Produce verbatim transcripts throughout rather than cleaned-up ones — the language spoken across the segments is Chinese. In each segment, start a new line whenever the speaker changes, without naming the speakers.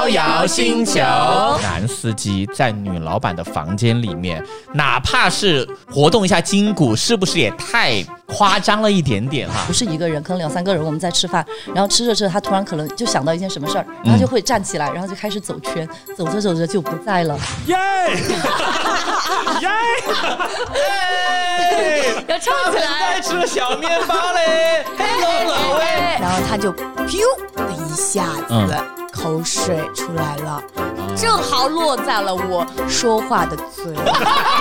逍遥星球。
男司机在女老板的房间里面，哪怕是活动一下筋骨，是不是也太夸张了一点点哈？
不是一个人，可能两三个人我们在吃饭，然后吃着吃着，他突然可能就想到一件什么事儿，然后就会站起来，然后就开始走圈，走着走着就不在了。
耶耶！
要唱起来！
在吃小面包嘞，
然后他就噗的一下子。嗯口水出来了，正好落在了我说话的嘴里。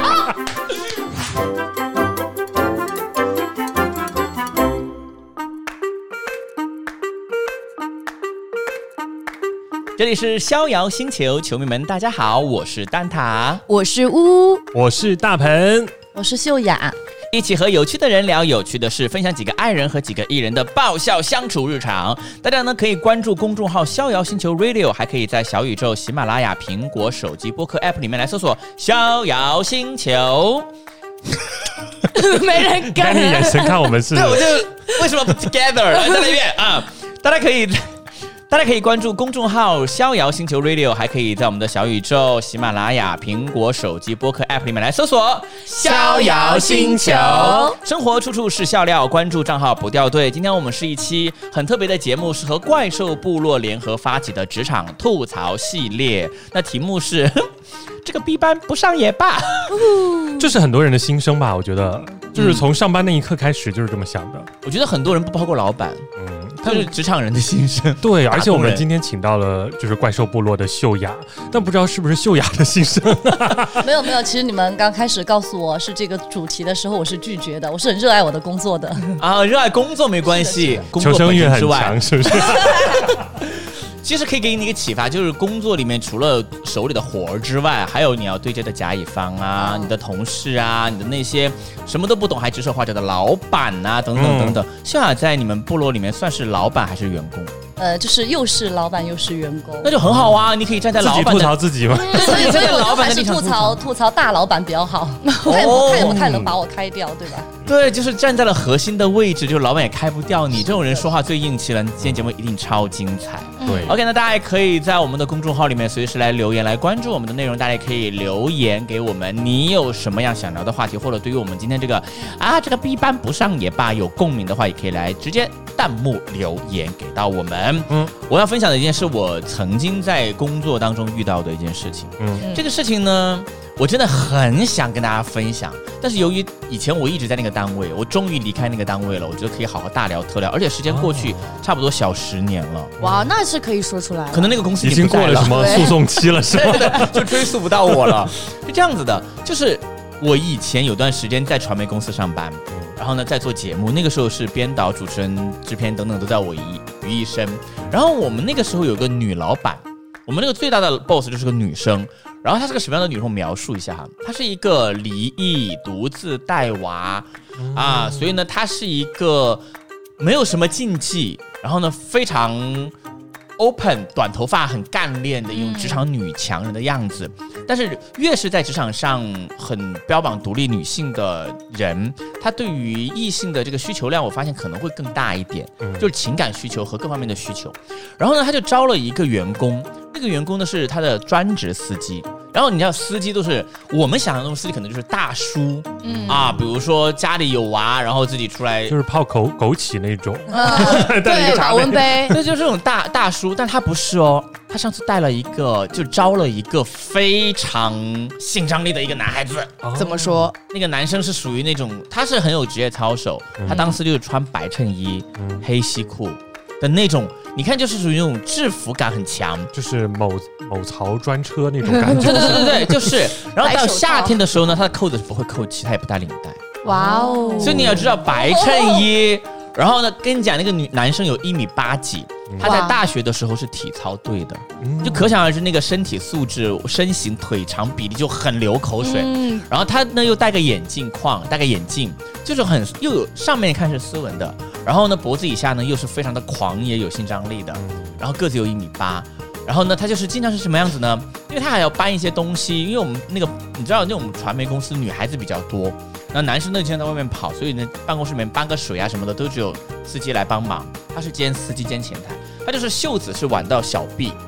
这里是逍遥星球，球迷们大家好，我是蛋挞，
我是乌，
我是大鹏，
我是秀雅。
一起和有趣的人聊有趣的事，分享几个爱人和几个艺人的爆笑相处日常。大家呢可以关注公众号逍遥星球 Radio， 还可以在小宇宙、喜马拉雅、苹果手机播客 App 里面来搜索逍遥星球。
没人跟，
看你眼神看我们是，
对，我就为什么不 together？ 来再来一遍啊！大家可以。大家可以关注公众号逍遥星球 Radio， 还可以在我们的小宇宙、喜马拉雅、苹果手机播客 App 里面来搜索逍遥星球。生活处处是笑料，关注账号不掉队。今天我们是一期很特别的节目，是和怪兽部落联合发起的职场吐槽系列。那题目是这个 B 班不上也罢，
这是很多人的心声吧？我觉得，就是从上班那一刻开始就是这么想的。
我觉得很多人不包括老板，嗯，他是职场人的心声。
对，而且我们今天请到了就是怪兽部落的秀雅，但不知道是不是秀雅的心声。
没有没有，其实你们刚开始告诉我是这个主题的时候，我是拒绝的，我是很热爱我的工作的。
啊，热爱工作没关系，工作
求生欲很强，是不是？
其实可以给你一个启发，就是工作里面除了手里的活之外，还有你要对接的甲乙方啊、你的同事啊、你的那些什么都不懂还指手画脚的老板啊，等等等等。秀雅在你们部落里面算是老板还是员工？
呃，就是又是老板又是员工，
那就很好啊！你可以站在老板的
自己吐槽自己吗？
所以所以我还是吐槽吐槽大老板比较好，他也不他也不太能把我开掉，对吧？
对，就是站在了核心的位置，就是老板也开不掉你。这种人说话最硬气了，今天节目一定超精彩。
对
，OK， 那大家也可以在我们的公众号里面随时来留言，来关注我们的内容。大家也可以留言给我们，你有什么样想聊的话题，或者对于我们今天这个啊这个 B 班不上也罢有共鸣的话，也可以来直接弹幕留言给到我们。嗯，我要分享的一件事，我曾经在工作当中遇到的一件事情。嗯，这个事情呢，我真的很想跟大家分享，但是由于以前我一直在那个单位，我终于离开那个单位了，我觉得可以好好大聊特聊，而且时间过去差不多小十年了。
哇，那是可以说出来了，
可能那个公司
已经过了什么诉讼期了，是吧？
对对，就追溯不到我了。是这样子的，就是我以前有段时间在传媒公司上班。然后呢，在做节目，那个时候是编导、主持人、制片等等都在我于一身。然后我们那个时候有个女老板，我们那个最大的 boss 就是个女生。然后她是个什么样的女生？我描述一下哈，她是一个离异、独自带娃、嗯、啊，所以呢，她是一个没有什么禁忌，然后呢，非常 open， 短头发，很干练的一种职场女强人的样子。但是越是在职场上很标榜独立女性的人，她对于异性的这个需求量，我发现可能会更大一点，就是情感需求和各方面的需求。然后呢，她就招了一个员工，那个员工呢是她的专职司机。然后你知道司机都是我们想象中司机可能就是大叔，嗯啊，比如说家里有娃，然后自己出来
就是泡枸枸杞那种，
呃、对，保温杯，
那就是这种大大叔，但他不是哦，他上次带了一个，就招了一个非常性张力的一个男孩子。
哦、怎么说？
那个男生是属于那种，他是很有职业操守，嗯、他当时就是穿白衬衣、嗯、黑西裤的那种。你看，就是属于那种制服感很强，
就是某某槽专车那种感觉。
对对对对，就是。然后到夏天的时候呢，他的扣子不会扣齐，他也不带领带。
哇哦！
所以你要知道，白衬衣，然后呢，跟你讲，那个女男生有一米八几，他在大学的时候是体操队的，就可想而知那个身体素质、身形、腿长比例就很流口水。嗯、然后他呢又戴个眼镜框，戴个眼镜，就是很又有上面看是斯文的。然后呢，脖子以下呢又是非常的狂野、有性张力的，然后个子有一米八，然后呢，他就是经常是什么样子呢？因为他还要搬一些东西，因为我们那个你知道那种传媒公司女孩子比较多，那男生呢经常在外面跑，所以呢办公室里面搬个水啊什么的都只有司机来帮忙。他是兼司机兼前台，他就是袖子是挽到小臂，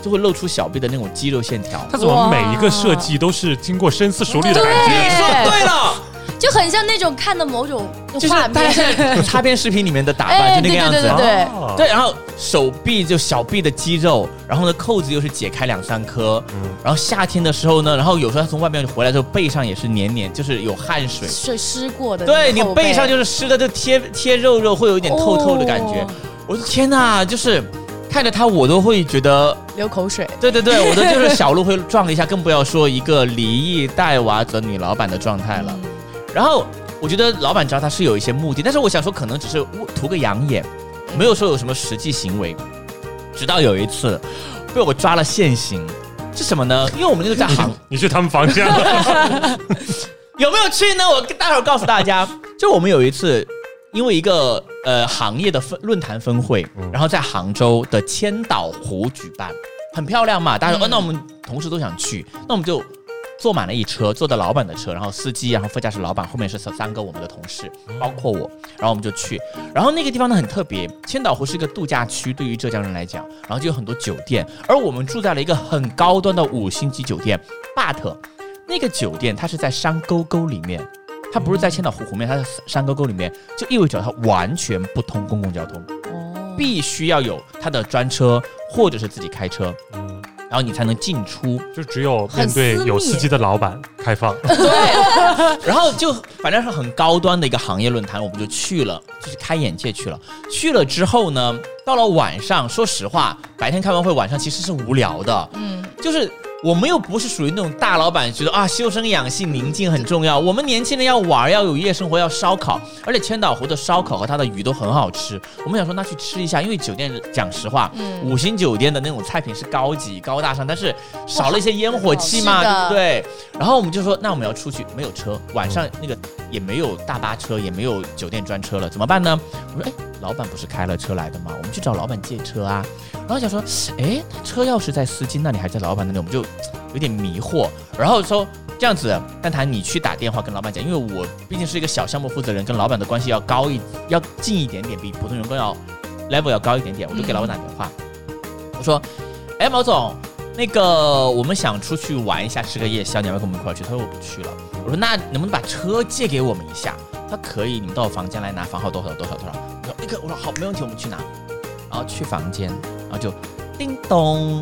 就会露出小臂的那种肌肉线条。
他怎么每一个设计都是经过深思熟虑的感觉？
你说对了。
就很像那种看的某种
就是
画面，
在擦边视频里面的打扮、
哎、
就那个样子，
对对对对、
哦、
对，然后手臂就小臂的肌肉，然后呢扣子又是解开两三颗，嗯，然后夏天的时候呢，然后有时候他从外面回来之后背上也是黏黏，就是有汗水，
水湿过的，
对你背上就是湿的，就贴贴肉肉，会有一点透透的感觉。哦、我的天哪，就是看着他我都会觉得
流口水。
对对对，我的就是小鹿会撞一下，更不要说一个离异带娃的女老板的状态了。嗯、然后。我觉得老板知道他是有一些目的，但是我想说可能只是图个养眼，没有说有什么实际行为。直到有一次被我抓了现行，是什么呢？因为我们那个在行，
你去他们房间了，
有没有去呢？我待会儿告诉大家。就我们有一次，因为一个呃行业的分论坛分会，然后在杭州的千岛湖举办，很漂亮嘛，大家说、嗯哦、那我们同事都想去，那我们就。坐满了一车，坐的老板的车，然后司机，然后副驾驶老板，后面是三个我们的同事，包括我，然后我们就去。然后那个地方呢很特别，千岛湖是一个度假区，对于浙江人来讲，然后就有很多酒店，而我们住在了一个很高端的五星级酒店 ，but 那个酒店它是在山沟沟里面，它不是在千岛湖湖面，它在山沟沟里面，就意味着它完全不通公共交通，必须要有它的专车或者是自己开车。然后你才能进出，
就只有面对有司机的老板开放。
对，然后就反正是很高端的一个行业论坛，我们就去了，就是开眼界去了。去了之后呢，到了晚上，说实话，白天开完会，晚上其实是无聊的。嗯，就是我们又不是属于那种大老板，觉得啊修身养性、宁静很重要。我们年轻人要玩，要有夜生活，要烧烤，而且千岛湖的烧烤和它的鱼都很好吃。我们想说那去吃一下，因为酒店讲实话，嗯、五星酒店的那种菜品是高级高大上，但是少了一些烟火气嘛，对不对？然后我们就说那我们要出去，没有车，晚上那个也没有大巴车，也没有酒店专车了，怎么办呢？我说哎，老板不是开了车来的吗？我们去找老板借车啊。然后想说，哎，车钥匙在司机那里还在老板那里，我们就有点迷惑。然后说这样子，蛋挞你去打电话跟老板讲，因为我毕竟是一个小项目负责人，跟老板的关系要高一要近一点点，比普通员工要 level 要高一点点。我就给老板打电话，我说，哎，毛总，那个我们想出去玩一下，吃个夜宵，你要不要跟我们一块去？他说我不去了。我说那能不能把车借给我们一下？他可以，你们到我房间来拿，房号多少多少多少。我说那个，我说好，没问题，我们去拿。然后去房间，然后就叮咚，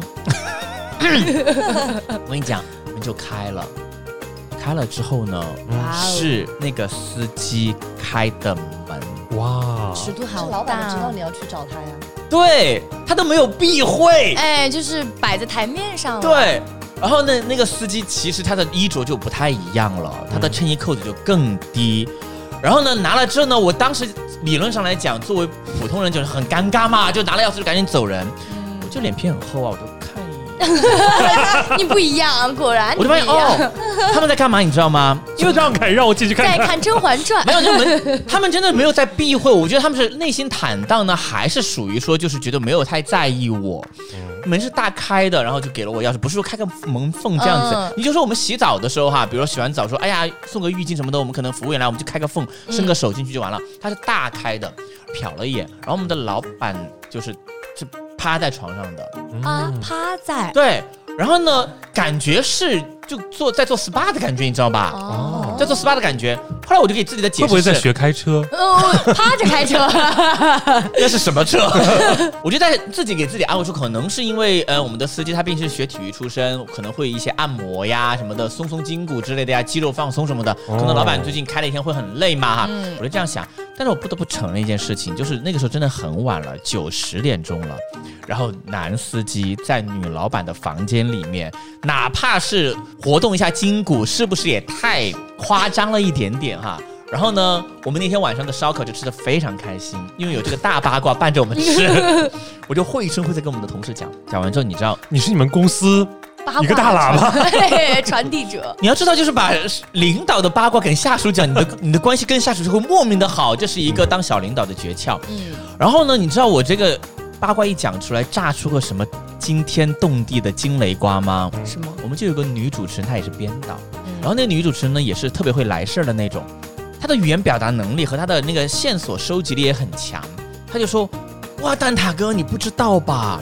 我跟你讲，我们就开了，开了之后呢，是那个司机开的门，
哇，
尺度好大，
老板知道你要去找他呀，
对他都没有避讳，
哎，就是摆在台面上了，
对。然后呢，那个司机其实他的衣着就不太一样了，他的衬衣扣子就更低。然后呢，拿了之后呢，我当时理论上来讲，作为普通人就是很尴尬嘛，就拿了钥匙就赶紧走人。嗯、我就脸皮很厚啊，我就看一
眼。你不一样，果然
我就发现哦，他们在干嘛，你知道吗？
因为这样敢让我进去看看。
在看《甄嬛传》。
没有，他们他们真的没有在避讳，我觉得他们是内心坦荡呢，还是属于说就是觉得没有太在意我。嗯门是大开的，然后就给了我钥匙，不是说开个门缝这样子。嗯、你就说我们洗澡的时候哈，比如说洗完澡说，哎呀送个浴巾什么的，我们可能服务员来，我们就开个缝，伸个手进去就完了。它是大开的，瞟了一眼，然后我们的老板就是是趴在床上的
啊，趴在
对，然后呢，感觉是就做在做 S P A 的感觉，你知道吧？哦，在做 S P A 的感觉。后来我就给自己的解释，
会不会在学开车？
哦，趴着开车，
那是什么车？我就在自己给自己安慰说，可能是因为呃，我们的司机他毕竟是学体育出身，可能会一些按摩呀什么的，松松筋骨之类的呀，肌肉放松什么的。哦、可能老板最近开了一天会很累嘛哈，嗯、我就这样想。但是我不得不承认一件事情，就是那个时候真的很晚了，九十点钟了。然后男司机在女老板的房间里面，哪怕是活动一下筋骨，是不是也太夸张了一点点哈？然后呢，我们那天晚上的烧烤就吃得非常开心，因为有这个大八卦伴着我们吃，我就绘声绘色跟我们的同事讲。讲完之后，你知道，
你是你们公司一个大喇叭
传递者。
你要知道，就是把领导的八卦跟下属讲，你的你的关系跟下属就会莫名的好，这是一个当小领导的诀窍。嗯。然后呢，你知道我这个八卦一讲出来，炸出个什么惊天动地的惊雷瓜吗？
什么？
我们就有个女主持人，她也是编导，嗯、然后那个女主持人呢，也是特别会来事儿的那种。他的语言表达能力和他的那个线索收集力也很强，他就说：“哇，蛋挞哥，你不知道吧？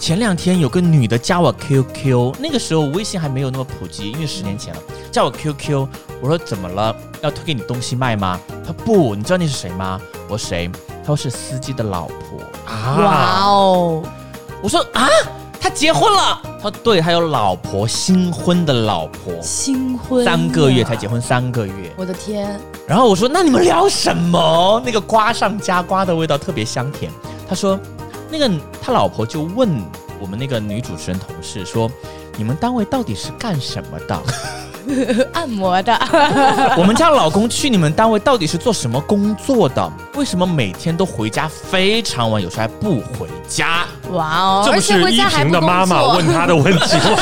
前两天有个女的加我 Q Q， 那个时候微信还没有那么普及，因为十年前了，加我 Q Q， 我说怎么了？要推给你东西卖吗？她不，你知道那是谁吗？我说谁？她说是司机的老婆
啊！
哇哦！
我说啊，他结婚了。他说对，他有老婆，新婚的老婆，
新婚
三个月才结婚，三个月。
我的天！
然后我说那你们聊什么？那个瓜上加瓜的味道特别香甜。他说那个他老婆就问我们那个女主持人同事说，你们单位到底是干什么的？
按摩的。
我们家老公去你们单位到底是做什么工作的？为什么每天都回家非常晚，有时候还不回家？
哇哦！
这不是依萍的妈妈问他的问题吗？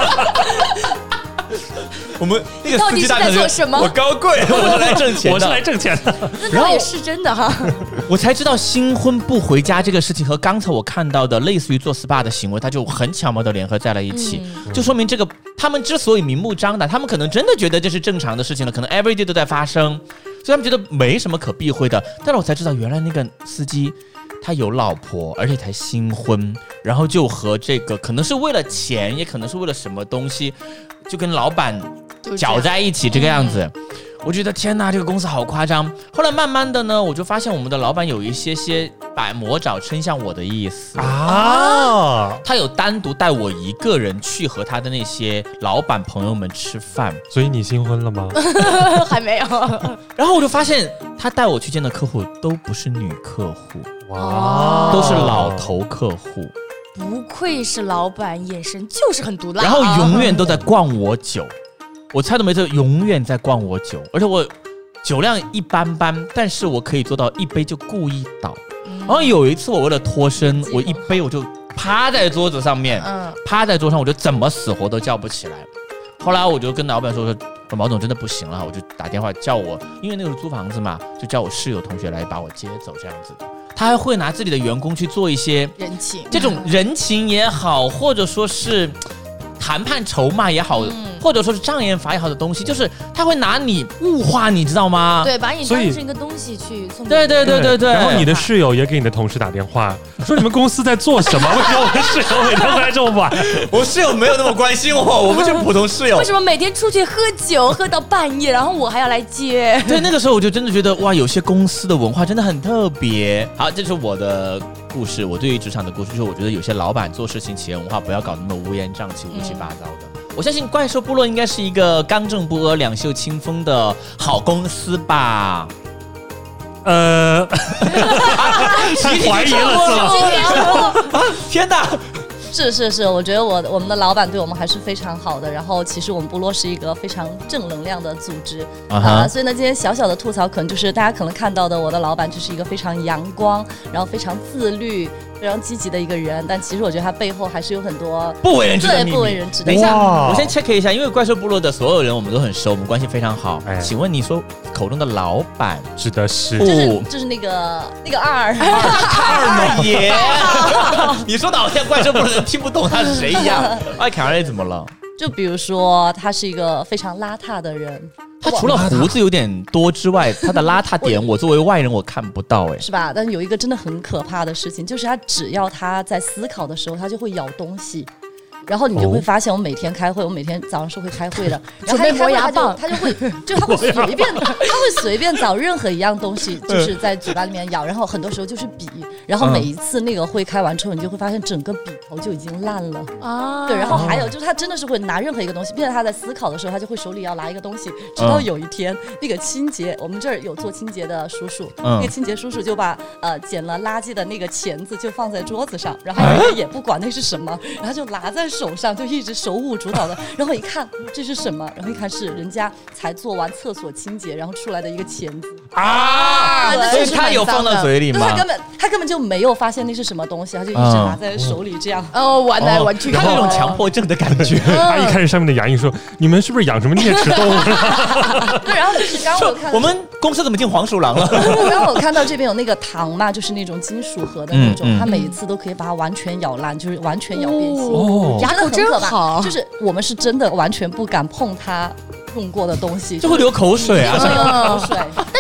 我们那个
到底是在做什么？
我高贵，我是来挣钱的，
我是来挣钱的。
那倒也是真的哈。
我才知道新婚不回家这个事情和刚才我看到的类似于做 S P A 的行为，它就很巧妙的联合在了一起，嗯、就说明这个他们之所以明目张胆，他们可能真的觉得这是正常的事情了，可能 everyday 都在发生，所以他们觉得没什么可避讳的。但是我才知道，原来那个司机他有老婆，而且才新婚，然后就和这个可能是为了钱，也可能是为了什么东西，就跟老板搅在一起这个样子。嗯，我觉得天哪，这个公司好夸张。后来慢慢的呢，我就发现我们的老板有一些些把魔爪伸向我的意思啊，他有单独带我一个人去和他的那些老板朋友们吃饭。
所以你新婚了吗？
还没有。
然后我就发现他带我去见的客户都不是女客户，
哇，
都是老头客户。
不愧是老板，眼神就是很毒辣。
然后永远都在灌我酒。我猜都没错，永远在灌我酒，而且我酒量一般般，但是我可以做到一杯就故意倒。嗯、然后有一次我为了脱身，我一杯我就趴在桌子上面，嗯、趴在桌上，我就怎么死活都叫不起来。后来我就跟老板说说，毛总真的不行了，我就打电话叫我，因为那个是租房子嘛，就叫我室友同学来把我接走这样子的。他还会拿自己的员工去做一些
人情，
这种人情也好，或者说是谈判筹码也好。嗯，或者说是障眼法也好的东西，就是他会拿你物化，你知道吗？
对，把你当成一个东西去送。
对对对对对。
然后你的室友也给你的同事打电话，说你们公司在做什么？为什么我的室友每天回来这么晚？
我室友没有那么关心我，我们就普通室友。
为什么每天出去喝酒喝到半夜，然后我还要来接？
对，那个时候我就真的觉得哇，有些公司的文化真的很特别。好，这是我的故事，我对于职场的故事，就是我觉得有些老板做事情，企业文化不要搞那么乌烟瘴气、乌七八糟的。嗯，我相信怪兽部落应该是一个刚正不阿、两袖清风的好公司吧？
呃，怀疑了是吗？
天哪！
是是是，我觉得我我们的老板对我们还是非常好的。然后其实我们部落是一个非常正能量的组织啊、uh-huh. 呃，所以呢，今天小小的吐槽可能就是大家可能看到的，我的老板就是一个非常阳光，然后非常自律、非常积极的一个人。但其实我觉得他背后还是有很多
不为人知的秘密。
对，不为人知的。
等一下，我先 check 一下，因为怪兽部落的所有人我们都很熟，我们关系非常好。哎、请问你说口中的老板
指的是？
就是就是那个那个二
二爷。你说的好像怪兽部落人听不懂他是谁一样。哎，凯尔怎么了？
就比如说，他是一个非常邋遢的人。
他除了胡子有点多之外，他的邋遢点，我作为外人我看不到，哎，
是吧？但是有一个真的很可怕的事情，就是他只要他在思考的时候，他就会咬东西。然后你就会发现，我每天开会，我每天早上是会开会的。然后他磨牙棒，他就会，就他会随便，他会随便找任何一样东西，就是在嘴巴里面咬。然后很多时候就是笔，然后每一次那个会开完之后，你就会发现整个笔头就已经烂了啊。对，然后还有就是他真的是会拿任何一个东西，并且他在思考的时候，他就会手里要拿一个东西。直到有一天，那个清洁，我们这儿有做清洁的叔叔，那个清洁叔叔就把呃捡了垃圾的那个钳子就放在桌子上，然后也不管那是什么，然后就拿在手上，就一直手舞足蹈的。然后一看这是什么，然后一看是人家才做完厕所清洁然后出来的一个钳子
啊，所以他有放到嘴里吗？
他根本他根本就没有发现那是什么东西，他就一直拿在手里这样、
嗯、哦玩来玩去，
他有一种强迫症的感觉。
他一看这上面的牙印说：“你们是不是养什么啮齿动物？”
对，然后就是刚刚我看
我们公司怎么进黄鼠狼了？
刚刚我看到这边有那个糖嘛，就是那种金属盒的那种，嗯嗯、他每一次都可以把它完全咬烂，就是完全咬变形。
哦，
牙口真好，就是我们是真的完全不敢碰它用过的东西，
就会流口水啊！
流口水。
那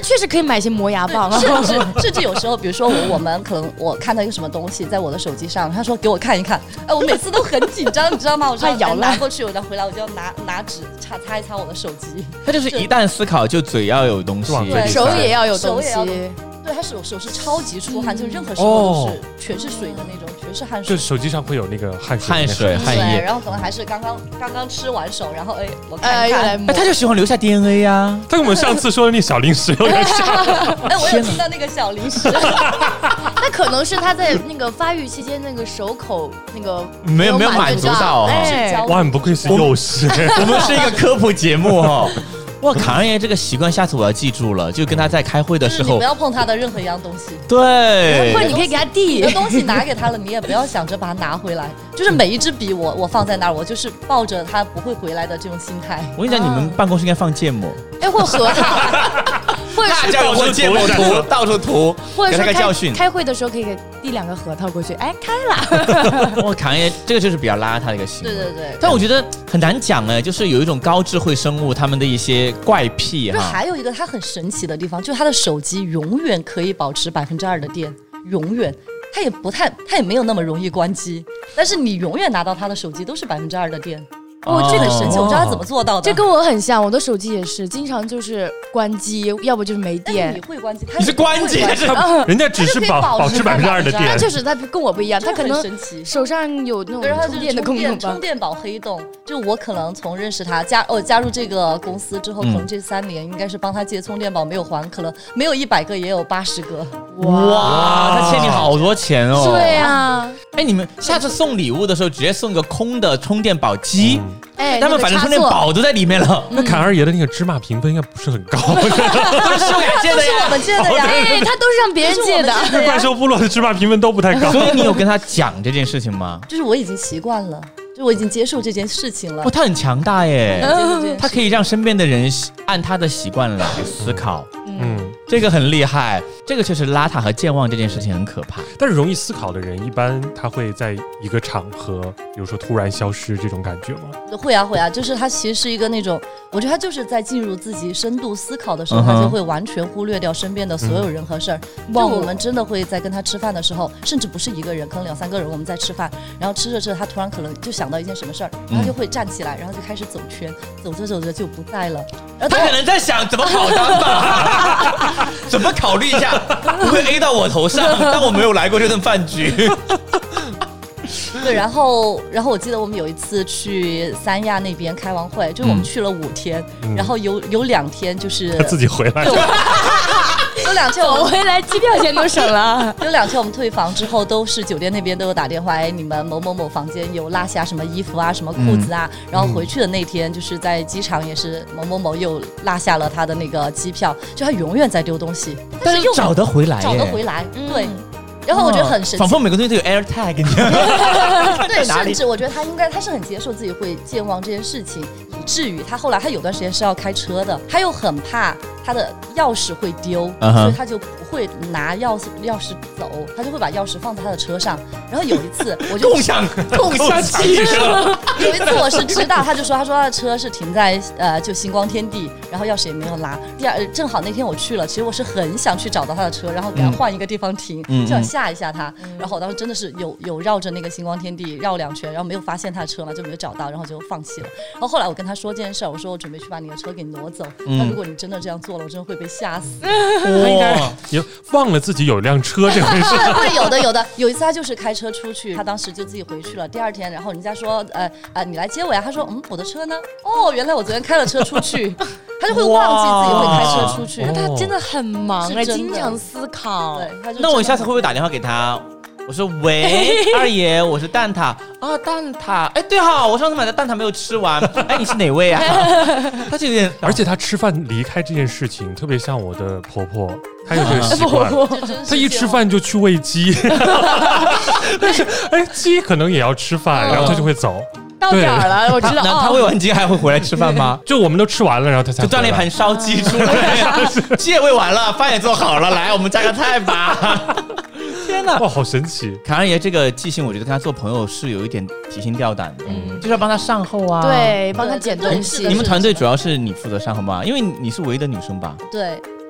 确实可以买一些磨牙棒啊。
甚至甚至有时候，比如说我我们可能我看到一个什么东西在我的手机上，他说给我看一看，哎，我每次都很紧张，你知道吗？我就要拿过去，我再回来我就要拿拿纸擦擦一擦我的手机。
他就是一旦思考就嘴要有东西，
手也要有东西。
对，他手手是超级出汗，就任何时候都是全是水的那种，全是汗水。
就手机上会有那个汗水、
汗水、汗液，
然后可能还是刚刚刚刚吃完手，然后哎，我看看，
哎，他就喜欢留下 D N A 呀。
他跟我们上次说的那小零食有点像。
哎，我有听到那个小零食。
那可能是他在那个发育期间那个手口那个
没有没有满足到。
哎，
哇，很不愧是幼师，
我们是一个科普节目哦。哇，卡恩爷这个习惯，下次我要记住了。就跟他在开会的时候，
你不要碰他的任何一样东西。
对，
或者你可以给他递。
你的东西拿给他了，你也不要想着把它拿回来。就是每一支笔我我放在那儿，我就是抱着他不会回来的这种心态。
我跟你讲，你们办公室应该放芥末，
哎，或核桃，或者是
到处芥末涂，到处涂，
或者
给他个教训。
开会的时候可以给递两个核桃过去，哎，开了。
哇，卡恩爷这个就是比较邋遢的一个行为。
对对对。
但我觉得很难讲哎，就是有一种高智慧生物他们的一些怪癖哈。
还有一个它很神奇的地方，就是他的手机永远可以保持百分之二的电，永远。它也不太，它也没有那么容易关机，但是你永远拿到他的手机都是百分之二的电。哦，这很神奇，我不知道他怎么做到的。
这跟我很像，我的手机也是，经常就是关机，要不就是没电。
你会关机，
你是关机，
人家只是保保持百分之二的电。
他确实，他跟我不一样，他可能手上有那种充电的功能吧。
充电宝黑洞，就我可能从认识他加哦加入这个公司之后，可能这三年应该是帮他借充电宝没有还，可能没有一百个也有八十个。
哇，他欠你好多钱哦。
对啊，
哎，你们下次送礼物的时候，直接送个空的充电宝机。
哎，
他们反正充电宝都在里面了。
那侃二爷的那个芝麻评分应该不是很高，
都是秀雅借的呀，
都是我们借的呀，
哎，他都是让别人借的。
怪兽部落的芝麻评分都不太高，
所以你有跟他讲这件事情吗？
就是我已经习惯了，就我已经接受这件事情了。
哇，他很强大耶，他可以让身边的人按他的习惯来思考。嗯，这个很厉害，这个确实邋遢和健忘这件事情很可怕。
但是容易思考的人，一般他会在一个场合，比如说突然消失这种感觉吗？
会啊会啊，就是他其实是一个那种，我觉得他就是在进入自己深度思考的时候，他就会完全忽略掉身边的所有人和事儿。嗯、就我们真的会在跟他吃饭的时候，甚至不是一个人，可能两三个人我们在吃饭，然后吃着吃着，他突然可能就想到一件什么事儿，然后就会站起来，然后就开始走圈，走着走着就不在了。
然后他可能在想怎么跑单吧。怎么考虑一下，不会 A 到我头上？但我没有来过这顿饭局。
对，然后，然后我记得我们有一次去三亚那边开完会，就是我们去了五天，嗯、然后有有两天就是
他自己回来了。
有两天我
们回来机票钱都省了。
有两天我们退房之后，都是酒店那边都有打电话，哎，你们某某某房间有落下什么衣服啊，什么裤子啊。嗯、然后回去的那天，就是在机场也是某某某又落下了他的那个机票，就他永远在丢东西，
但是又找得回来，
找得回来，嗯、对。然后我觉得很神奇，
仿佛每个东西都有 air tag， 你知道
吗？对，甚至我觉得他应该他是很接受自己会健忘这件事情，以至于他后来他有段时间是要开车的，他又很怕他的钥匙会丢， uh-huh. 所以他就不会拿钥匙钥匙走，他就会把钥匙放在他的车上。然后有一次，我就
共享共享汽车。
有一次我是知道，他就说他说他的车是停在呃就星光天地，然后钥匙也没有拿。第二正好那天我去了，其实我是很想去找到他的车，然后给他换一个地方停，嗯、就想吓一下他。嗯、然后我当时真的是有有绕着那个星光天地绕两圈，然后没有发现他的车嘛，就没有找到，然后就放弃了。然后后来我跟他说这件事儿，我说我准备去把你的车给挪走。嗯、那如果你真的这样做了，我真的会被吓死。
他应该也忘了自己有辆车这回事。
会有的有的，有一次他就是开车出去，他当时就自己回去了。第二天，然后人家说呃呃你来接我呀，他说嗯我的车呢？哦，原来我昨天开了车出去。他就会忘记自己会开车出去，
那他真的很忙哎，经常思考。
对，他就
那我下次会不会打电话给他？我说喂，二爷，我是蛋挞啊，蛋挞，哎，对哈，我上次买的蛋挞没有吃完，哎，你是哪位啊？他就有点，
而且他吃饭离开这件事情，特别像我的婆婆，她有这个习惯，她一吃饭就去喂鸡，但是哎，鸡可能也要吃饭，然后她就会走。
到点儿了，我知道。
那他喂完鸡还会回来吃饭吗？
就我们都吃完了，然后他才
就端了一盘烧鸡出来，鸡也喂完了，饭也做好了，来，我们加个菜吧。天哪，
哇，好神奇！
侃二爷这个记性，我觉得跟他做朋友是有一点提心吊胆的，嗯，就是要帮他善后啊，
对，帮他捡东西。
你们团队主要是你负责善后吗？因为你是唯一的女生吧？
对。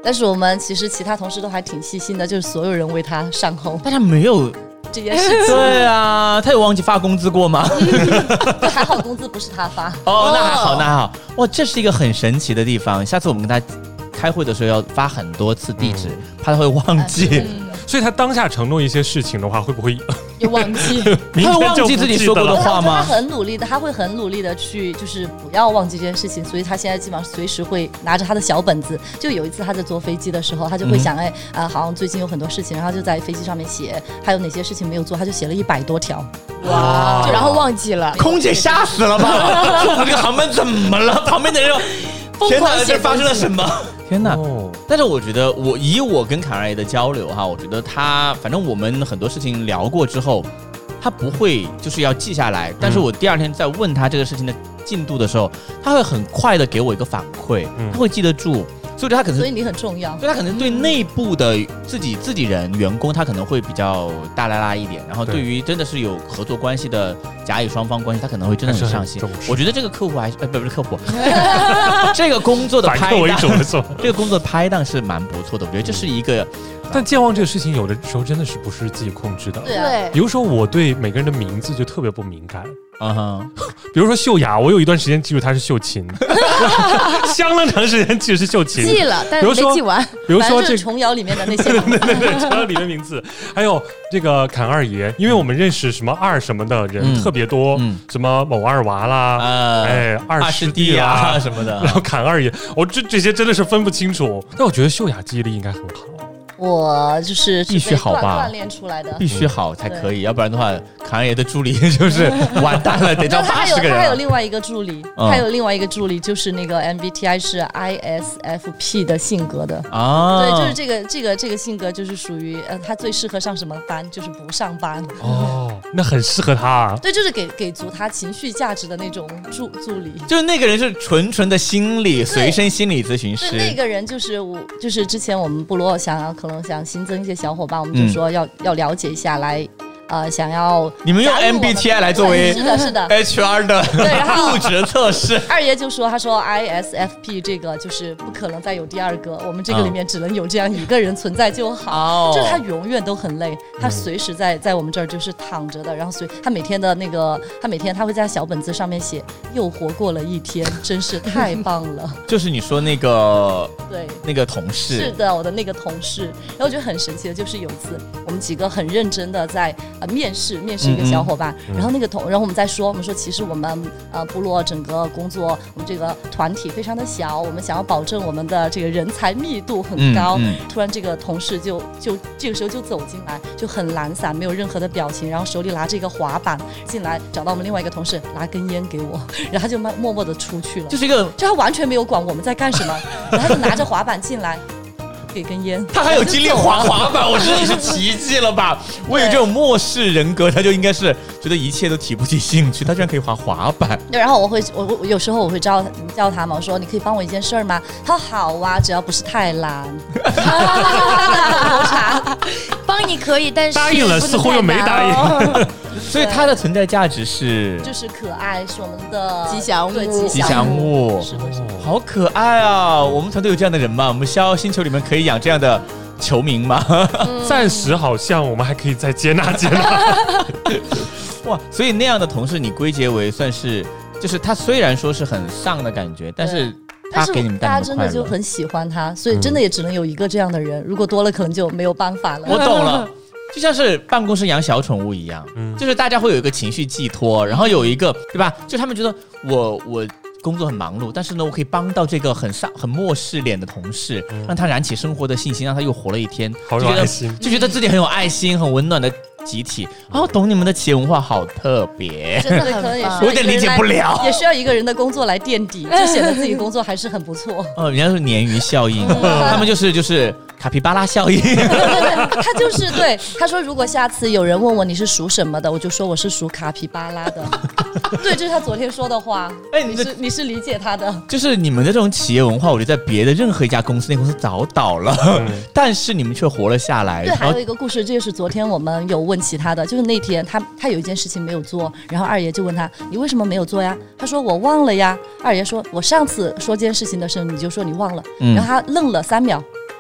但是我们其实其他同事都还挺细心的，就是所有人为他善后。
但他没有
这件事情。
对啊，他有忘记发工资过吗？
还好工资不是他发。
哦，那还好，那还好。哇，这是一个很神奇的地方。下次我们跟他开会的时候要发很多次地址，嗯、怕他会忘记。嗯
所以他当下承诺一些事情的话，会不会
有忘记？
他会忘记自己说过的话吗？
他很努力的，他会很努力的去，就是不要忘记这件事情。所以他现在基本上随时会拿着他的小本子。就有一次他在坐飞机的时候，他就会想，嗯、哎啊、呃，好像最近有很多事情，然后就在飞机上面写，还有哪些事情没有做，他就写了一百多条。
哇！然后忘记了，
空姐吓死了吧？我这个航班怎么了？旁边的人说：“天哪，这发生了什么？”天哪！哦、但是我觉得我以我跟侃二爷的交流哈，我觉得他反正我们很多事情聊过之后，他不会就是要记下来，但是我第二天在问他这个事情的进度的时候，他会很快的给我一个反馈，嗯、他会记得住。所以他可能，
所以你很重要。
所以他可能对内部的自己自己人员工，他可能会比较大啦啦一点。然后对于真的是有合作关系的甲乙双方关系，他可能会真的很上心。我觉得这个客户还是呃不是客户，这个工作的拍档，这个工作的拍档是蛮不错的。我觉得这是一个。
但健忘这个事情，有的时候真的是不是自己控制的。
对啊。
比如说我对每个人的名字就特别不敏感。
啊哈，
比如说秀雅，我有一段时间记住她是秀琴，相当长时间记住是秀琴，
记了，但是没记完。
比如说这
琼瑶里面的那些名字，
对对对，琼瑶里面名字，还有这个侃二爷，因为我们认识什么二什么的人、嗯、特别多，嗯、什么某二娃啦，呃、哎二师弟啊
什么的，
然后侃二爷，我这这些真的是分不清楚。但我觉得秀雅记忆力应该很好。
我就是
必须好吧，
锻炼出来的，
必须好才可以，要不然的话，侃二爷的助理就是完蛋了，得招八十个人。
他还有另外一个助理，嗯、他有另外一个助理，就是那个 M B T I 是 I S F P 的性格的啊，对，就是这个这个这个性格就是属于呃，他最适合上什么班，就是不上班
哦，那很适合他啊。
对，就是给给足他情绪价值的那种助助理，
就是那个人是纯纯的心理随身心理咨询师。
对，那个人就是我，就是之前我们部落想要。可能想新增一些小伙伴，我们就说要、嗯、要了解一下来，呃，想要
你们用 M B T I 来作为
是的是的
H R 的入职测试。
二爷就说，他说 I S F P 这个就是不可能再有第二个，我们这个里面只能有这样一个人存在就好。就是他永远都很累，他随时在在我们这儿就是躺着的，然后所以他每天的那个，他每天他会在小本子上面写，又活过了一天，真是太棒了。
就是你说那个
对
那个同事，
是的，我的那个同事。然后我觉得很神奇的就是有一次我们几个很认真的在呃面试面试一个小伙伴，嗯嗯然后那个同，然后我们在说，我们说其实我们呃部落整个工作，我们这个团体非常的小，我们想要保证我们的这个人才密度很高。嗯嗯、突然这个同事就就这个时候就走进来，就很懒散，没有任何的表情，然后手里拿着一个滑板进来，找到我们另外一个同事拿根烟给我，然后他就默默的出去了，
就是一个，
就他完全没有管我们在干什么，然后他就拿着滑板进来。给根烟，
他还有精力滑滑板，我觉得你是奇迹了吧？我有这种漠视人格，他就应该是觉得一切都提不起兴趣，他居然可以滑滑板。
对，然后我会，我我有时候我会叫叫他嘛，我说你可以帮我一件事吗？他说好啊，只要不是太懒。
帮你可以，但是
答应了，似乎又没答应。
所以它的存在价值是，
就是可爱，是我们的
吉祥物，
吉祥物，
是的，是的，
好可爱啊！我们团队有这样的人吗？我们逍遥星球里面可以养这样的球民吗？
嗯、暂时好像我们还可以再接纳接纳。
哇，所以那样的同事，你归结为算是，就是他虽然说是很丧的感觉，但是。
但是大家真的就很喜欢他，所以真的也只能有一个这样的人。嗯、如果多了，可能就没有办法了。
我懂了，就像是办公室养小宠物一样，嗯、就是大家会有一个情绪寄托，然后有一个对吧？就他们觉得我我工作很忙碌，但是呢，我可以帮到这个很上很漠视脸的同事，嗯、让他燃起生活的信心，让他又活了一天，
好有爱心，
就觉得自己很有爱心，很温暖的。集体哦，懂你们的企业文化好特别，
真的可能也
我有点理解不了，
也需要一个人的工作来垫底，就显得自己工作还是很不错。
哦，人家是鲶鱼效应，他们就是就是卡皮巴拉效应。
对对对，他就是对他说，如果下次有人问我你是属什么的，我就说我是属卡皮巴拉的。对，这是他昨天说的话。哎，你是你是理解他的，
就是你们的这种企业文化，我觉得在别的任何一家公司，那公司早倒了，嗯、但是你们却活了下来。
对，还有一个故事，这就是昨天我们有问其他的，就是那天他他有一件事情没有做，然后二爷就问他你为什么没有做呀？他说我忘了呀。二爷说我上次说这件事情的时候你就说你忘了，嗯、然后他愣了三秒，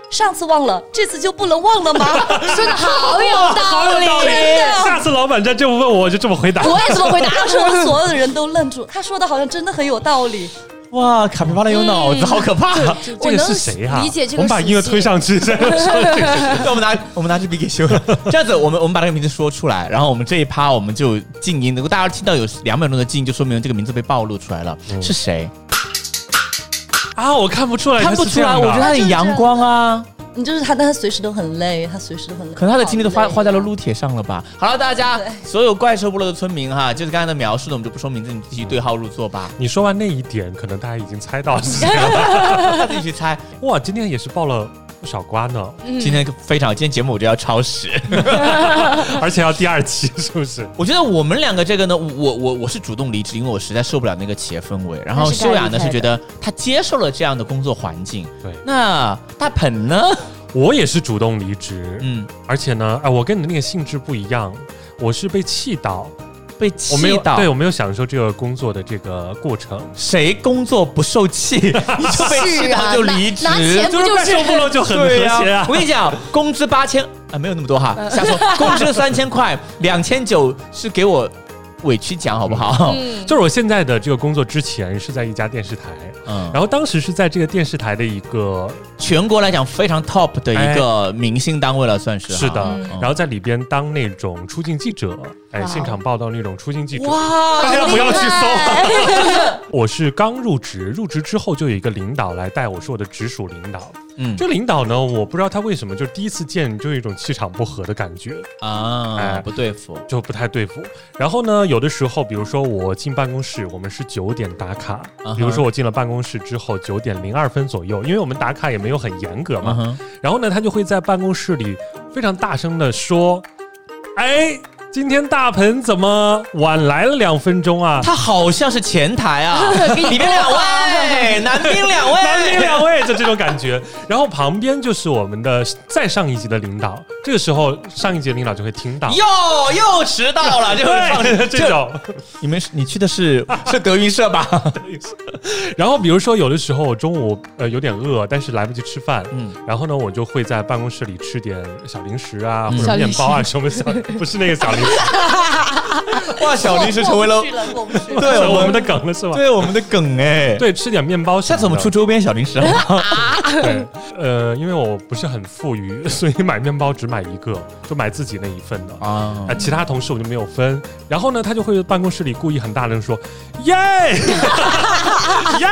上次忘了，这次就不能忘了吗？
说的好有道理，
下次老板再这么问我，我就这么回答。
我也这么回答，当时我们所有的人都愣住，他说的好像真的很有道理。
哇，卡皮巴拉有脑子，嗯、好可怕！
这个是谁啊？
理解这个，
我们把音乐推上去，再说这个。
我们拿我们拿支笔给修了。这样子，我们我们把这个名字说出来，然后我们这一趴我们就静音。如果大家听到有两秒钟的静音，就说明这个名字被暴露出来了。嗯、是谁？
啊，我看不出来，
看不出来。我觉得他很阳光啊。
你就是他，但他随时都很累，他随时都很累。
可能他的精力都花花在了撸铁上了吧？好了，大家所有怪兽部落的村民哈，就是刚才的描述的，我们就不说名字，你继续对号入座吧。
你说完那一点，可能大家已经猜到是谁了，
自己去猜。
哇，今天也是爆了不少瓜呢。
嗯、今天非常，今天节目我就要超时，
而且要第二期，是不是？
我觉得我们两个这个呢，我我我是主动离职，因为我实在受不了那个企业氛围。然后修雅呢是觉得他接受了这样的工作环境。
对，
那大鹏呢？
我也是主动离职，嗯，而且呢，哎，我跟你的那个性质不一样，我是被气到，
被气到，
对我没有享受这个工作的这个过程。
谁工作不受气，你就被气到就离职，
拿钱不
就是怪兽部落就很和谐啊！
我跟你讲，工资八千啊，没有那么多哈，瞎说，工资三千块，两千九是给我。委屈讲好不好？
嗯，就是我现在的这个工作之前是在一家电视台，嗯，然后当时是在这个电视台的一个
全国来讲非常 top 的一个明星单位了，算是
是的。嗯、然后在里边当那种出境记者，哎，现场报道那种出境记者。哇，大家不要去搜。我是刚入职，入职之后就有一个领导来带我，是我的直属领导。嗯，这个领导呢，我不知道他为什么，就是第一次见就有一种气场不合的感觉
啊，哎，不对付，
就不太对付。然后呢，有的时候，比如说我进办公室，我们是九点打卡， uh-huh. 比如说我进了办公室之后九点零二分左右，因为我们打卡也没有很严格嘛。Uh-huh. 然后呢，他就会在办公室里非常大声的说：“哎。”今天大鹏怎么晚来了两分钟啊？
他好像是前台啊，里面两位，男宾两位，
男宾两位，就这种感觉。然后旁边就是我们的再上一级的领导，这个时候上一级的领导就会听到，
又又迟到了，就会
放这种。
你们你去的是是德云社吧？
德云社。然后比如说有的时候我中午呃有点饿，但是来不及吃饭，嗯，然后呢我就会在办公室里吃点小零食啊，或者面包啊什么小，不是那个小零食。
哇，小零食成为了
对我们的梗了是吧？
对我们的梗哎，
对，吃点面包。
下次我们出周边小零食好
对，呃，因为我不是很富裕，所以买面包只买一个，就买自己那一份的啊、呃。其他同事我就没有分。然后呢，他就会办公室里故意很大声说：“耶耶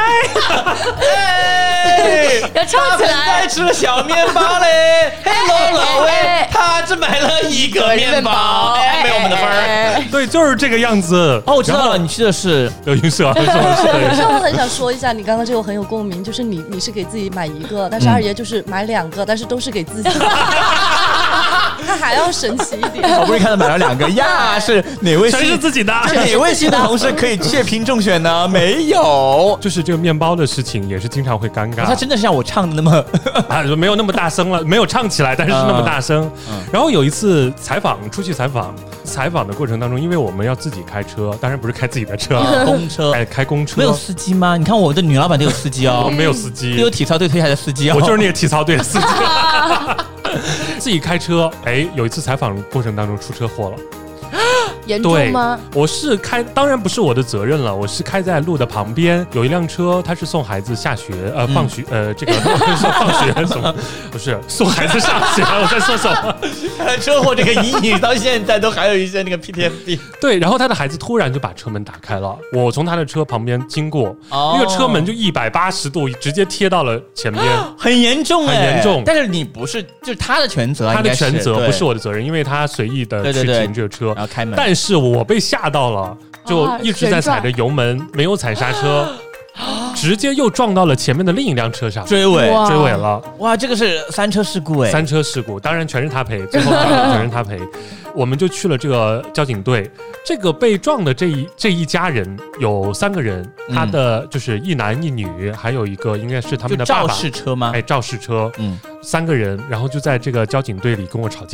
耶！”要唱起来。
在吃小面包嘞，嘿喽喽喂，他只买了一个面包，哎，没有我们的分儿。
对，就是这个样子。
哦，我知道了，你去的是
德云社。但
我很想说一下，你刚刚这个很有共鸣，就是你你是给自己买一个，但是二爷就是买两个，但是都是给自己。他还要神奇一点。
好不容易看到买了两个呀，是哪位？
全是自己的。
是哪位新的同事可以窃屏中选呢？没有。
就是这个面包的事情也是经常会尴尬。
他真的是像我唱的那么
啊，没有那么大声了，没有唱起来，但是是那么大声。嗯、然后有一次采访，出去采访，采访的过程当中，因为我们要自己开车，当然不是开自己的车，
啊、公车，
哎，开公车。
没有司机吗？你看我们的女老板都有司机哦，
我没有司机，
都有体操队推下来的司机哦，
我就是那个体操队的司机。自己开车，哎，有一次采访过程当中出车祸了。
严重吗？
我是开，当然不是我的责任了。我是开在路的旁边，有一辆车，他是送孩子下学，呃，放学，嗯、呃，这个放学什么？不是送孩子上学，我在说什么？
看来车祸这个阴影到现在都还有一些那个 P T S D。
对，然后他的孩子突然就把车门打开了，我从他的车旁边经过，哦、那个车门就一百八十度直接贴到了前边，
很严重、欸，
很严重。
但是你不是，就是他的全责，
他的全责不是我的责任，因为他随意的去停这个车，
然后开门，
但。但是我被吓到了，就一直在踩着油门，没有踩刹车，直接又撞到了前面的另一辆车上，
追尾，
追尾了。
哇，这个是三车事故哎，
三车事故，当然全是他赔，最后全是他赔。我们就去了这个交警队，这个被撞的这一这一家人有三个人，他的就是一男一女，还有一个应该是他们的爸爸。
肇事车吗？
哎，肇事车，嗯，三个人，然后就在这个交警队里跟我吵架。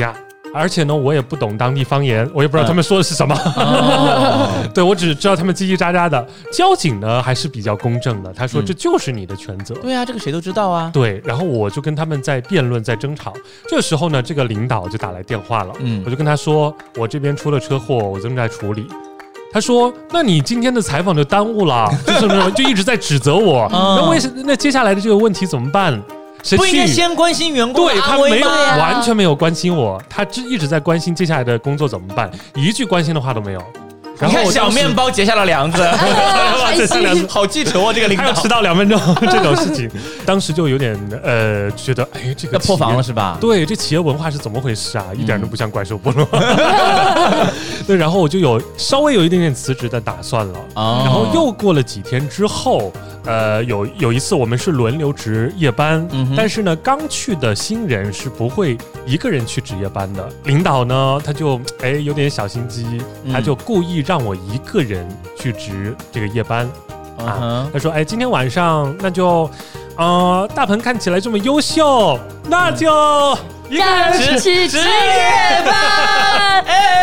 而且呢，我也不懂当地方言，我也不知道他们说的是什么。哦、对，我只知道他们叽叽喳喳的。交警呢还是比较公正的，他说这就是你的全责。
嗯、对啊，这个谁都知道啊。
对，然后我就跟他们在辩论，在争吵。这个时候呢，这个领导就打来电话了，嗯，我就跟他说，我这边出了车祸，我正在处理。他说：“那你今天的采访就耽误了，就是那种就一直在指责我。嗯、那为什那接下来的这个问题怎么办？谁
不应该先关心员工的
对他没有、啊、完全没有关心我，他一直在关心接下来的工作怎么办，一句关心的话都没有。”
然后小面包结下了梁子，好记仇啊！这个领导
还要迟到两分钟这种事情，当时就有点呃觉得，哎，这个
要破防了是吧？
对，这企业文化是怎么回事啊？一点都不像怪兽部落。对，然后我就有稍微有一点点辞职的打算了。哦、然后又过了几天之后，呃，有有一次我们是轮流值夜班，嗯、但是呢，刚去的新人是不会一个人去值夜班的。领导呢，他就哎有点小心机，他就故意让我一个人去值这个夜班、uh-huh. 啊，他说：“哎，今天晚上那就，呃，大鹏看起来这么优秀，那就一个人
去值夜班。”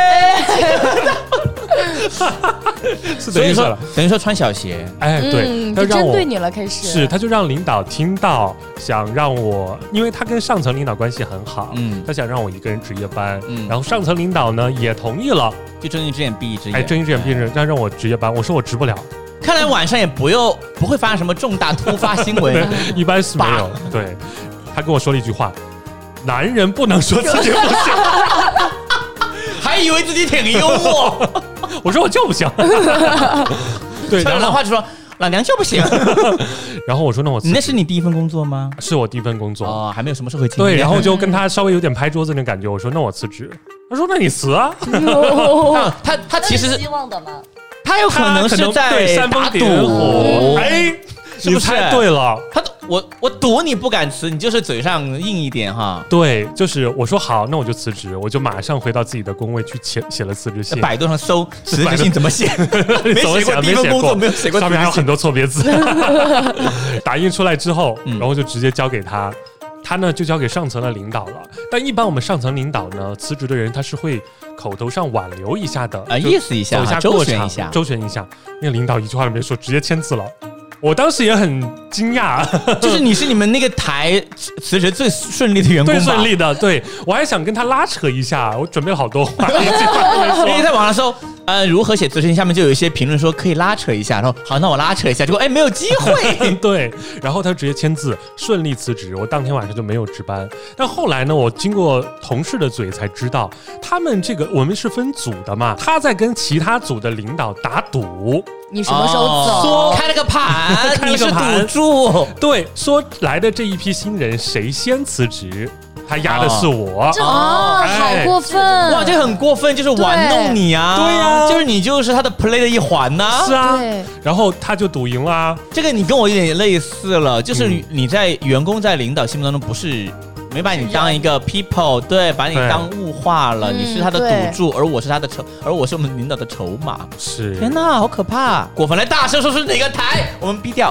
是等于说，
等于说穿小鞋，
哎，对，
嗯、他针对你了，开始
是，他就让领导听到，想让我，因为他跟上层领导关系很好，嗯，他想让我一个人值夜班，嗯，然后上层领导呢也同意了，
就睁一只眼闭一只眼，
哎，睁一只眼闭一只眼，让让我值夜班，我说我值不了。
看来晚上也不用不会发生什么重大突发新闻，
一般是没有。对，他跟我说了一句话：“男人不能说自己不行。”
还以为自己挺幽默，
我说我就不行。对，
然后老话就说老娘就不行。
然后我说那我
你那是你第一份工作吗？
是我第一份工作
哦，还没有什么社会经验。
对，然后就跟他稍微有点拍桌子那感觉，我说那我辞职。他说那你辞啊。
他他其实是
希望的吗？
他有可能是在打赌，
哎，是不是？对了，
他我我赌你不敢辞，你就是嘴上硬一点哈。
对，就是我说好，那我就辞职，我就马上回到自己的工位去写写了辞职信。
百度上搜辞职信怎么写，没写过第一份工作，没有写过，
上面还有很多错别字。打印出来之后，然后就直接交给他。他呢就交给上层的领导了，但一般我们上层领导呢，辞职的人他是会口头上挽留一下的，
啊，意思一下，
走一下
周旋一下，
周旋一下。那个领导一句话都没说，直接签字了。我当时也很惊讶，
就是你是你们那个台辞职最顺利的员工吧？
最顺利的，对，我还想跟他拉扯一下，我准备了好多话，
因为在网上搜，呃，如何写辞职信，下面就有一些评论说可以拉扯一下，然后好，那我拉扯一下，结果哎没有机会，
对，然后他直接签字，顺利辞职，我当天晚上就没有值班。但后来呢，我经过同事的嘴才知道，他们这个我们是分组的嘛，他在跟其他组的领导打赌。
你什么时候走？
说开了个盘，你是赌注。
对，说来的这一批新人谁先辞职，他压的是我。
哦，哎、好过分！
哇，这很过分，就是玩弄你啊！
对呀、啊，
就是你就是他的 play 的一环呐、啊。
是啊，然后他就赌赢了、啊。
这个你跟我有点类似了，就是你在员工在领导心目当中不是。没把你当一个 people， 对，把你当物化了，你是他的赌注，而我是他的筹，而我是我们领导的筹码。
是，
天哪，好可怕！果粉来大声说是哪个台，我们逼掉。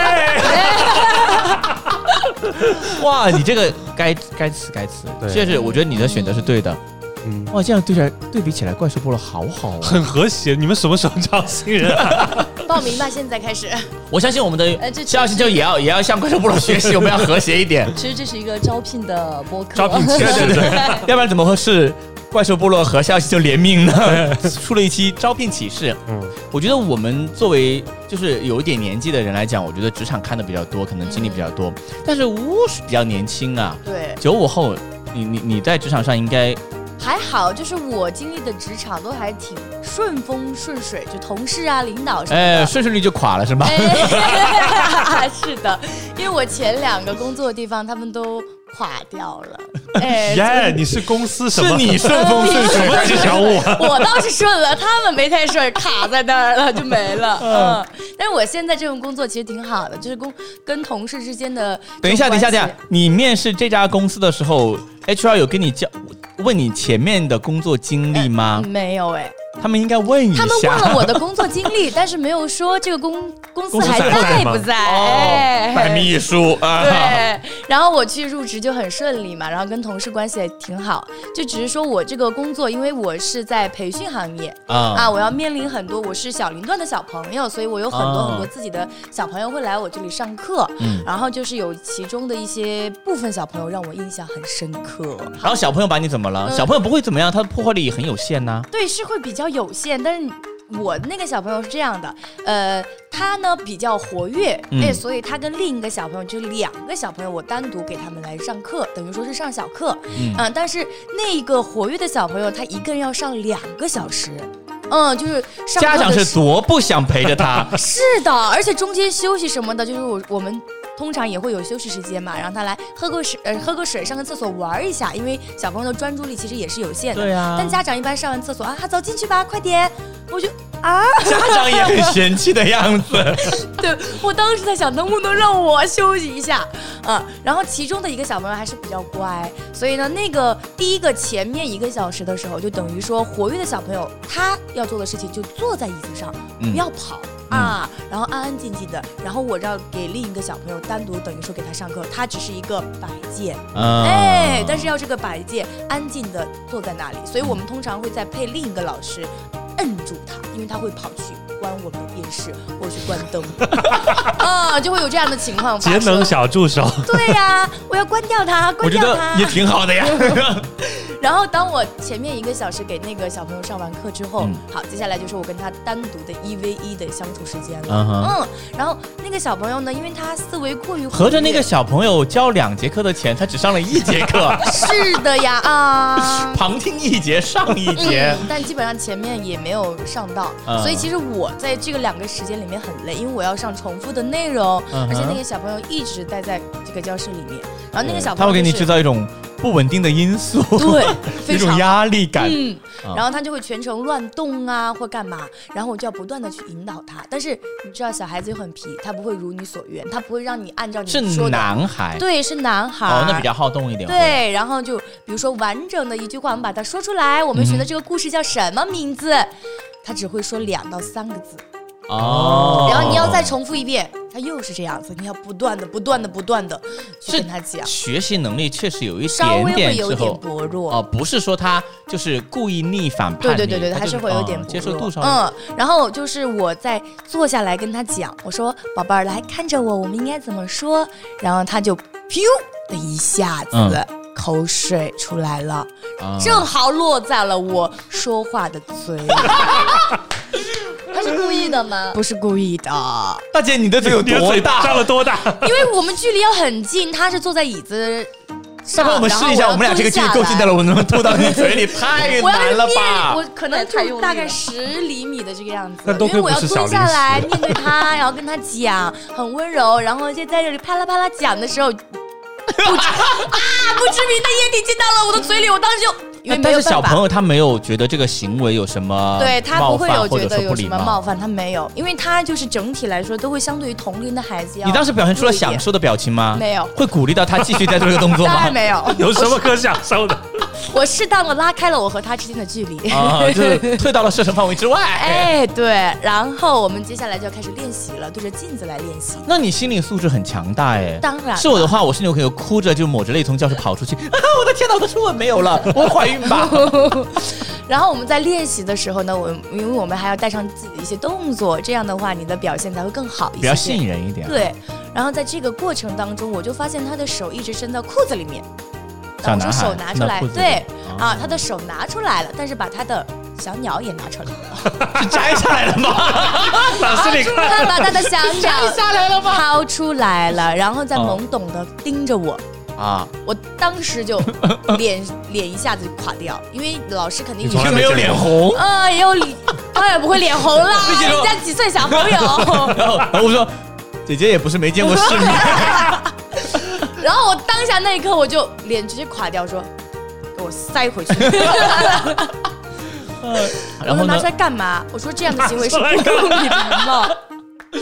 哇，你这个该该辞该辞，就是我觉得你的选择是对的。嗯，哇，这样对起来对比起来，怪兽部落好好啊，
很和谐。你们什么时候招新人、啊？
报名吧，现在开始。
我相信我们的肖星就也要也要向怪兽部落学习，我们要和谐一点。
其实这是一个招聘的播客，
招聘启事，
对对对，要不然怎么会是怪兽部落和肖星就联名呢？出了一期招聘启事。嗯，我觉得我们作为就是有一点年纪的人来讲，我觉得职场看的比较多，可能经历比较多，但是乌是比较年轻啊。
对，
九五后，你你你在职场上应该。
还好，就是我经历的职场都还挺顺风顺水，就同事啊、领导什么的，
哎，顺顺利就垮了是吗？
哎、是的，因为我前两个工作的地方他们都垮掉了。
哎，耶、yeah, ，你是公司什么？
是你顺风顺水，
什么吉祥物？
我倒是顺了，他们没太顺，卡在那儿了就没了。嗯，但是我现在这份工作其实挺好的，就是跟跟同事之间的。
等一下，等一下，等一下，你面试这家公司的时候 ，H R 有跟你教问你前面的工作经历吗？
呃、没有哎、欸。
他们应该问一下。
他们问了我的工作经历，但是没有说这个公公司还在不在。
哦，办秘书啊。
对， 然后我去入职就很顺利嘛，然后跟同事关系也挺好，就只是说我这个工作，因为我是在培训行业、嗯、啊，我要面临很多，我是小龄段的小朋友，所以我有很多很多自己的小朋友会来我这里上课、嗯、然后就是有其中的一些部分小朋友让我印象很深刻。
然后小朋友把你怎么了、嗯、小朋友不会怎么样，他的破坏力很有限呐、啊。
对，是会比较有限，但是我那个小朋友是这样的，呃，他呢比较活跃，哎、嗯，所以他跟另一个小朋友，就两个小朋友，我单独给他们来上课，等于说是上小课，嗯、呃，但是那个活跃的小朋友，他一个人要上两个小时。嗯，就是上
家长是多不想陪着他。
是的，而且中间休息什么的，就是我我们通常也会有休息时间嘛，让他来喝个水，呃，喝个水，上个厕所玩一下，因为小朋友的专注力其实也是有限的。
对啊。
但家长一般上完厕所啊，走进去吧，快点。我就啊，
家长也很嫌弃的样子。
对，我当时在想，能不能让我休息一下？嗯，然后其中的一个小朋友还是比较乖，所以呢，那个第一个前面一个小时的时候，就等于说活跃的小朋友他要做的事情就坐在椅子上，嗯、不要跑。啊，然后安安静静的，然后我让给另一个小朋友单独等于说给他上课，他只是一个摆件，嗯、哎，但是要这个摆件安静的坐在那里，所以我们通常会再配另一个老师摁住他，因为他会跑去关我们的电视或者去关灯，啊，就会有这样的情况发生。
节能小助手。
对呀、啊，我要关掉它，关掉它，
我觉得也挺好的呀。
然后当我前面一个小时给那个小朋友上完课之后，嗯、好，接下来就是我跟他单独的一 v 一的相处时间了。嗯, 嗯，然后那个小朋友呢，因为他思维过于
合着那个小朋友交两节课的钱，他只上了一节课。
是的呀，啊，
旁听一节上一节、
嗯，但基本上前面也没有上到、嗯，所以其实我在这个两个时间里面很累，因为我要上重复的内容，嗯、而且那个小朋友一直待在这个教室里面，然后那个小朋友、就是、
他会给你制造一种不稳定的因素，
对，
一种压力感，
嗯，然后他就会全程乱动啊，或干嘛，然后我就要不断的去引导他。但是你知道，小孩子又很皮，他不会如你所愿，他不会让你按照你说的。
是男孩，
对，是男孩。
哦，那比较好动一点。
对，然后就比如说完整的一句话，我们把它说出来。我们学的这个故事叫什么名字？嗯、他只会说两到三个字。哦，然后你要再重复一遍，他又是这样子，你要不断的、不断的、不断的去跟他讲。
学习能力确实有一点点
稍微会有点薄弱
哦，不是说他就是故意逆反叛逆，
对对对对，还是会有点薄弱、
哦、接受度上。
嗯，然后就是我在坐下来跟他讲，我说宝贝儿，来看着我，我们应该怎么说？然后他就噗的一下子。嗯，口水出来了、啊，正好落在了我说话的嘴里。
他是故意的吗？
不是故意的。
大姐，你的嘴有多大？
张了多大？
因为我们距离要很近，他是坐在椅子上。
要不我们试一下，我们俩这个距离够近的了，我能不能吐到你嘴里？太难了吧！
我可能就大概十厘米的这个样子，因为我要蹲下来面对他，然后跟他讲，很温柔，然后就在这里啪啦啪啦讲的时候。不知啊！不知名的液体进到了我的嘴里，我当时就因为没有办法。
但是小朋友他没有觉得这个行为有什么
对他不会有觉得有什么冒犯，他没有，因为他就是整体来说都会相对于同龄的孩子要。
你当时表现出了享受的表情吗？
没有。
会鼓励到他继续在做这个动作吗？
当然没有。
有什么可享受的？
我适当的拉开了我和他之间的距离，
啊，就是退到了射程范围之外。
哎，对，然后我们接下来就要开始练习了，对着镜子来练习。
那你心理素质很强大哎。
当然。
是我的话，我甚至有可能哭着就抹着泪从教室跑出去。啊，我的天哪，我的初吻没有了，我怀孕吧。
然后我们在练习的时候呢，我因为我们还要带上自己的一些动作，这样的话你的表现才会更好一些，
比较吸引人一点。
对。然后在这个过程当中，我就发现他的手一直伸到裤子里面。
小男孩
手拿出来，对、哦、啊，他的手拿出来了，但是把他的小鸟也拿出来了，
是摘下来了吗？
老师你看，
他把他的小鸟
摘下来了吗？
掏出来了，然后再懵懂的盯着我。啊！我当时就脸脸一下子就垮掉，因为老师肯定
你没有脸红，
啊、呃，也有当然不会脸红啦，人家几岁小朋友。然
后，然后我说，姐姐也不是没见过世面。
然后我当下那一刻我就脸直接垮掉，说给我塞回去。然后拿出来干嘛？我说这样的行为是不礼貌。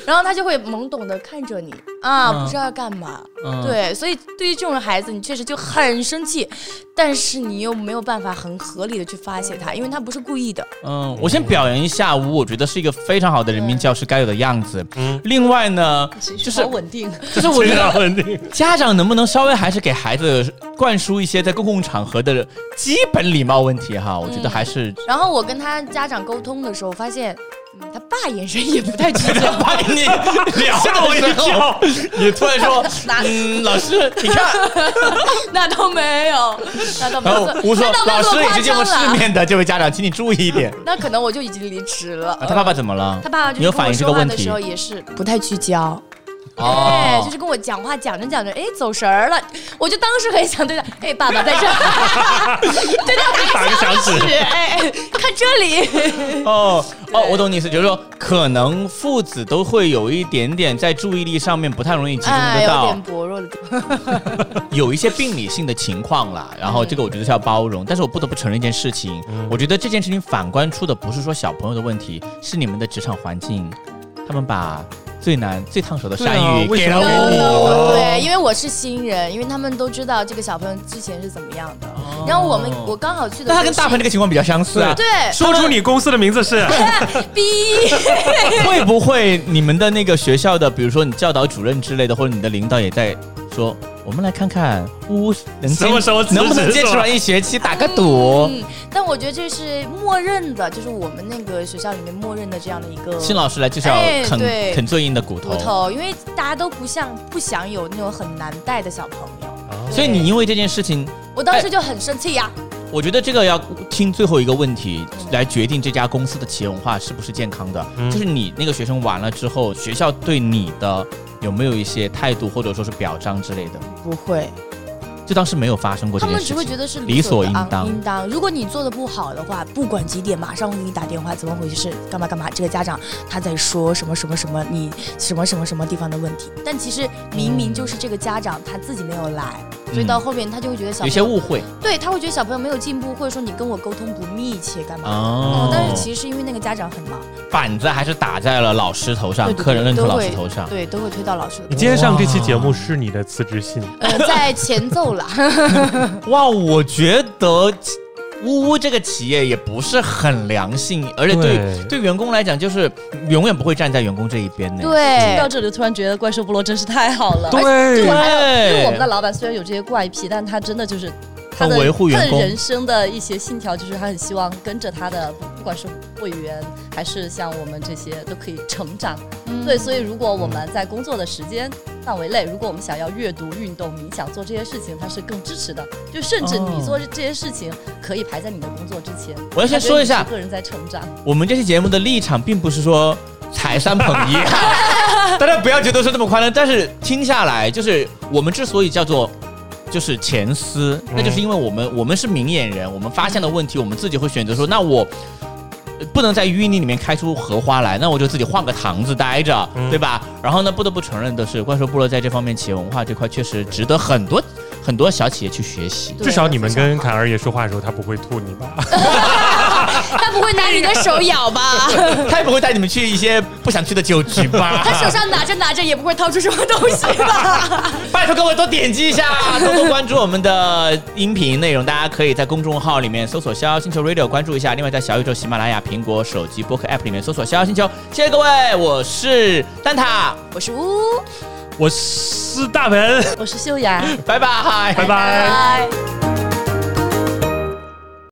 然后他就会懵懂的看着你啊，嗯、不知道要干嘛。嗯、对，所以对于这种孩子，你确实就很生气，但是你又没有办法很合理的去发泄他，因为他不是故意的。
嗯，我先表扬一下吴，我觉得是一个非常好的人民教师该有的样子。嗯，另外呢，就是
稳定，
就是我觉得家长能不能稍微还是给孩子灌输一些在公共场合的基本礼貌问题哈？我觉得还是。嗯、
然后我跟他家长沟通的时候发现。嗯、他爸眼神也不太聚焦，
把你吓我一跳，你突然说，嗯，老师，你看，
那都没有，那都没有。
我说，老师也是见过世面的，这位家长，请你注意一点。
那可能我就已经离职了。
啊、他爸爸怎么了？
他爸爸就是跟我说话的时候也是不太聚焦。哎、哦，就是跟我讲话讲着讲着，哎，走神儿了，我就当时很想对他，哎，爸爸在这儿，对他打个响指，哎，看这里。
哦哦，我懂你意思，就是说，可能父子都会有一点点在注意力上面不太容易集中得到，
哎、有点薄弱的地方，
有一些病理性的情况啦。然后这个我觉得是要包容，嗯、但是我不得不承认一件事情，嗯、我觉得这件事情反观出的不是说小朋友的问题，是你们的职场环境，他们把。最难、最烫手的山芋给了
我，对，因为我是新人，因为他们都知道这个小朋友之前是怎么样的。哦、然后我们我刚好去的，
但他跟大鹏这个情况比较相似啊。
对，
说出你公司的名字是。
B
会不会你们的那个学校的，比如说你教导主任之类的，或者你的领导也在说，我们来看看乌能
什么时候
能不能坚持完一学期，打个赌。
嗯，但我觉得这是默认的，就是我们那个学校里面默认的这样的一个。
新老师来就是要啃、哎、啃最硬的骨头。
骨头，因为大家都不像不想有那种很难带的小朋友，
哦、所以你因为这件事情，
我当时就很生气呀、啊。
我觉得这个要听最后一个问题来决定这家公司的企业文化是不是健康的。嗯、就是你那个学生完了之后，学校对你的有没有一些态度或者说是表彰之类的？
不会。
就当时没有发生过这件事情，
他们只会觉得是
理所应当。
应当，如果你做的不好的话，不管几点，马上会给你打电话，怎么回事？干嘛干嘛？这个家长他在说什么什么什么，你什么什么什么地方的问题？但其实明明就是这个家长他自己没有来，嗯、所以到后面他就会觉得小朋友
有些误会，
对他会觉得小朋友没有进步，或者说你跟我沟通不密切，干嘛？哦、嗯，但是其实是因为那个家长很忙，
板子还是打在了老师头上，对对对，客人认可老师头上，
对，都会推到老师的头上。
你今天上这期节目是你的辞职信？
呃，在前奏了。
哇，我觉得呜呜这个企业也不是很良性，而且对 对, 对员工来讲，就是永远不会站在员工这一边的。
对，听到这里突然觉得怪兽部落真是太好了。
对，
就我还有，因为我们的老板虽然有这些怪癖，但他真的就是他的
维护员工
人生的一些信条，就是他很希望跟着他的，不管是会员还是像我们这些都可以成长。嗯、对，所以如果我们在工作的时间范围内，如果我们想要阅读、运动、冥想做这些事情，他是更支持的。就甚至你做这些事情可以排在你的工作之前。
我要先说一下，
个人在成长。
我们这期节目的立场并不是说踩山捧一，大家不要觉得说这么夸张。但是听下来，就是我们之所以叫做就是前思，那就是因为我们我们是明眼人，我们发现了问题，我们自己会选择说，那我不能在淤泥里面开出荷花来，那我就自己换个堂子待着，嗯、对吧？然后呢，不得不承认的是，怪兽部落在这方面企业文化这块确实值得很多很多小企业去学习。
至少你们跟侃儿爷说话的时候，他不会吐你吧？
他不会拿你的手咬吧？
他也不会带你们去一些不想去的酒局吧？
他手上拿着拿着也不会掏出什么东西吧？
拜托各位多点击一下，多多关注我们的音频内容。大家可以在公众号里面搜索逍遥星球 Radio 关注一下，另外在小宇宙、喜马拉雅、苹果手机播客 App 里面搜索逍遥星球。谢谢各位，我是蛋挞，
我是乌，
我是大鹏，
我是秀雅，
拜拜，
拜拜。